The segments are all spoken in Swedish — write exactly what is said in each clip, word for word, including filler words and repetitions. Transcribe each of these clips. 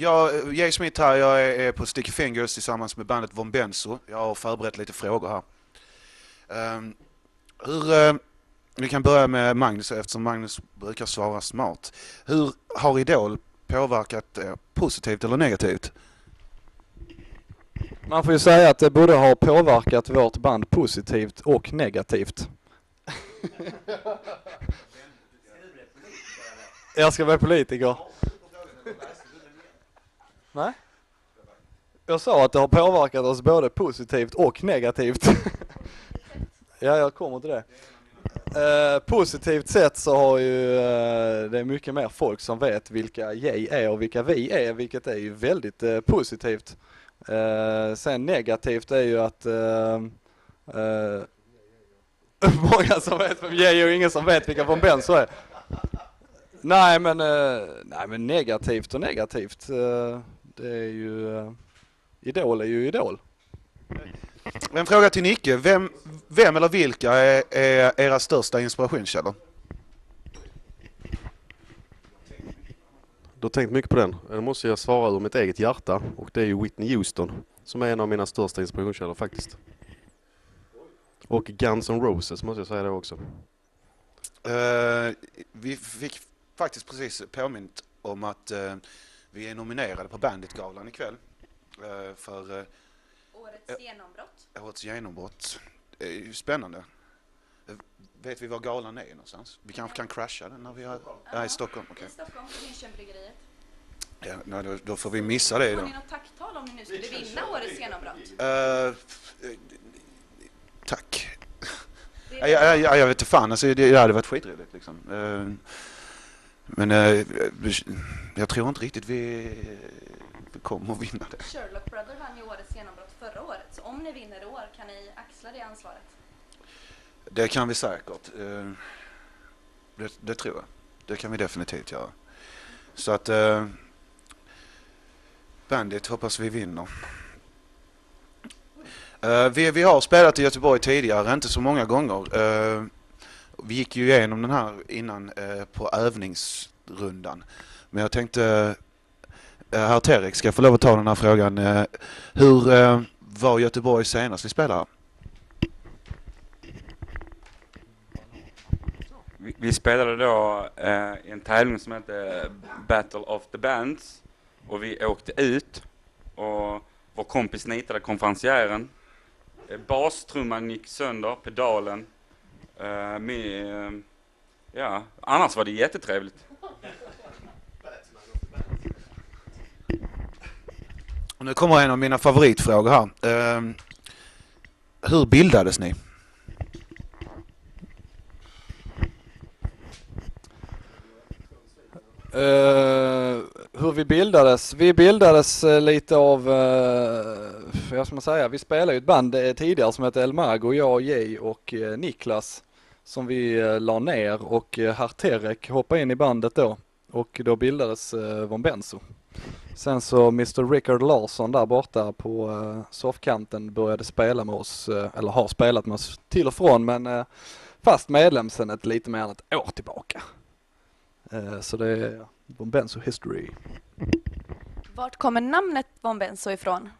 jag, Jay Smith här, jag är, är på Sticky Fingers tillsammans med bandet Von Benzo. Jag har förberett lite frågor här. Um, hur, uh, vi kan börja med Magnus eftersom Magnus brukar svara smart. Hur har Idol påverkat er positivt eller negativt? Man får ju säga att det både har påverkat vårt band positivt och negativt. Jag ska vara politiker. Nej? Jag sa att det har påverkat oss både positivt och negativt. Ja, jag kommer till det. Eh, positivt sett så har ju eh, det är mycket mer folk som vet vilka Jay är och vilka vi är, vilket är ju väldigt eh, positivt. Eh, sen negativt är ju att eh, eh, många som vet vem Jay är och ingen som vet vilka Von Benzo är. Nej men, eh, nej men negativt och negativt. Eh, det är ju, eh, Idol är ju Idol. En fråga till Nicke. Vem, vem eller vilka är, är era största inspirationskällor? Du har tänkt mycket på den. Nu måste jag svara ur mitt eget hjärta. Och det är ju Whitney Houston som är en av mina största inspirationskällor faktiskt. Och Guns N' Roses måste jag säga det också. Uh, vi fick faktiskt precis påmint om att uh, vi är nominerade på Bandit-galan ikväll. Uh, för uh, Årets genombrott. Årets genombrott. Det är ju spännande. Uh, vet vi var galan är någonstans? Vi kanske kan crasha den när vi är ja, i Stockholm. Okay. I Stockholm, på Münchenbryggeriet. Ja, nej, då, då får vi missa det. Har Då. ni något tacktal om ni nu skulle vinna Årets genombrott? Uh, tack. Ja, ja, ja, jag vet inte fan, alltså, det, det hade varit skitroligt liksom. Uh, men uh, jag tror inte riktigt vi, vi kommer att vinna det. Sherlock Brother vann ju Årets genombrott förra året, så om ni vinner i år kan ni axla det ansvaret. Det kan vi säkert. Uh, det, det tror jag. Det kan vi definitivt göra. Så att uh, Bandit hoppas vi vinner. Uh, vi, vi har spelat i Göteborg tidigare, inte så många gånger. Uh, vi gick ju igenom den här innan uh, på övningsrundan. Men jag tänkte, uh, herr Terek, ska jag få lov att ta den här frågan. Uh, hur uh, var Göteborg senast vi spelade? Vi, vi spelade då uh, i en tävling som heter Battle of the Bands. Och vi åkte ut och vår kompis nitade konferencieren. Bastrumman gick sönder, pedalen. Uh, med, uh, ja, annars var det jättetrevligt. Och nu kommer en av mina favoritfrågor här. Uh, hur bildades ni? Uh, hur vi bildades? Vi bildades uh, lite av, uh, jag ska man säga, vi spelade ju ett band uh, tidigare som hette El Mago, jag, Jay och uh, Niklas som vi uh, la ner och uh, herr Terek hoppade in i bandet då och då bildades uh, Von Benzo. Sen så mister Rickard Larsson där borta på uh, soffkanten började spela med oss, uh, eller har spelat med oss till och från men uh, fast medlem sen ett lite mer än ett år tillbaka. Uh, så det är Von Benzo history. Vart kommer namnet Von Benzo ifrån?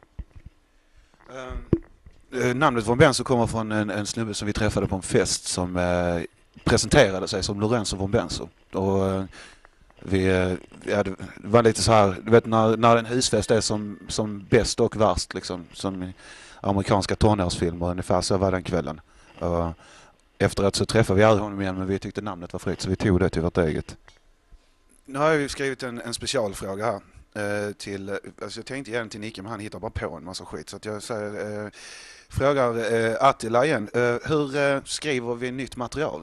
Uh, namnet Von Benzo kommer från en, en snubbe som vi träffade på en fest som uh, presenterade sig som Lorenzo Von Benzo. Och, uh, vi, uh, ja, det var lite så här, du vet när, när en husfest är som, som bäst och värst liksom, som i amerikanska tonårsfilmer, ungefär så var den kvällen. Uh, efteråt så träffade vi aldrig honom igen men vi tyckte namnet var fritt så vi tog det till vårt eget. Nu har jag ju skrivit en, en specialfråga här eh, till, alltså jag tänkte igen till Nicke men han hittar bara på en massa skit så att jag säger, eh, frågar eh, Attila igen, eh, hur eh, skriver vi nytt material?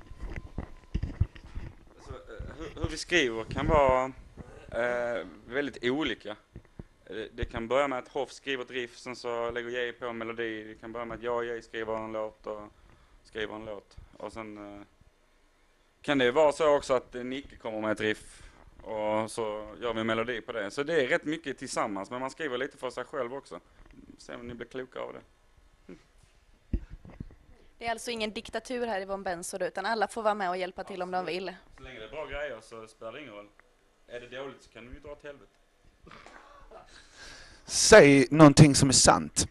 Alltså, hur, hur vi skriver kan vara eh, väldigt olika. Det, det kan börja med att Hoff skriver ett riff, sen så lägger Jay på en melodi. Det kan börja med att jag och Jay skriver en låt och skriver en låt. Och sen eh, kan det vara så också att Nicke kommer med ett riff och så gör vi en melodi på det. Så det är rätt mycket tillsammans, men man skriver lite för sig själv också. Se om ni blir kloka av det. Mm. Det är alltså ingen diktatur här i Von Benzo utan alla får vara med och hjälpa till om de vill. Så länge det är bra grejer så spelar det ingen roll. Är det dåligt så kan vi dra till helvete. Säg någonting som är sant.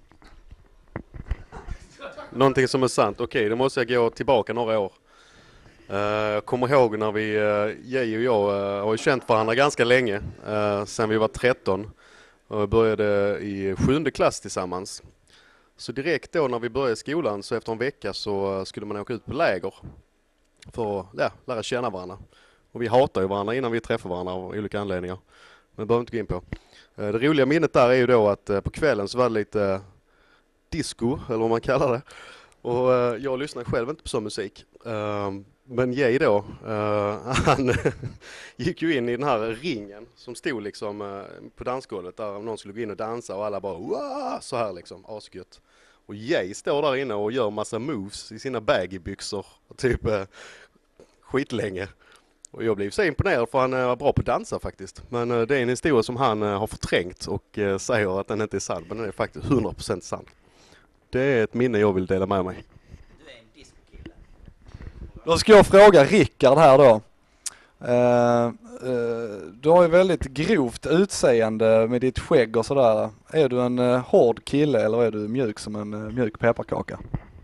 Någonting som är sant. Okej, då måste jag gå tillbaka några år. Uh, jag kommer ihåg när vi, uh, Jay och jag uh, har ju känt varandra ganska länge. Uh, sen vi var tretton. Och började i sjunde klass tillsammans. Så direkt då när vi började skolan så efter en vecka så uh, skulle man åka ut på läger. För att ja, lära känna varandra. Och vi hatar ju varandra innan vi träffar varandra av olika anledningar. Men det behöver inte gå in på. Uh, det roliga minnet där är ju då att uh, på kvällen så var det lite uh, disco, eller vad man kallar det. Och uh, jag lyssnar själv inte på sån musik. Uh, men Jay då, uh, han gick ju in i den här ringen som stod liksom uh, på dansgolvet där någon skulle gå in och dansa och alla bara wow, så här liksom, asgött. Och Jay står där inne och gör massa moves i sina baggybyxor typ uh, skitlänge. Och jag blev så imponerad för han uh, var bra på att dansa faktiskt. Men uh, det är en historia som han uh, har förträngt och uh, säger att den inte är sann, men den är faktiskt hundra procent sann. Det är ett minne jag vill dela med mig. Du är en discokille. Då ska jag fråga Rickard här då. Uh, uh, du har ju väldigt grovt utseende med ditt skägg och sådär. Är du en uh, hård kille eller är du mjuk som en uh, mjuk pepparkaka?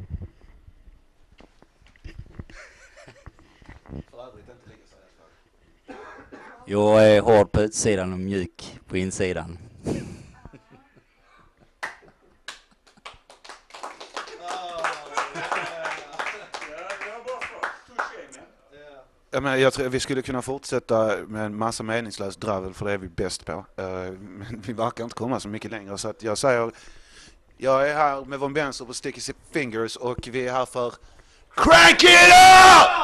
Jag är hård på utsidan och mjuk på insidan. Jag, menar, jag tror vi skulle kunna fortsätta med en massa meningslös dravel för det är vi bäst på. Uh, men vi verkar inte komma så mycket längre så att jag säger jag är här med Von Benzo på Sticky Fingers och vi är här för Crank It Up!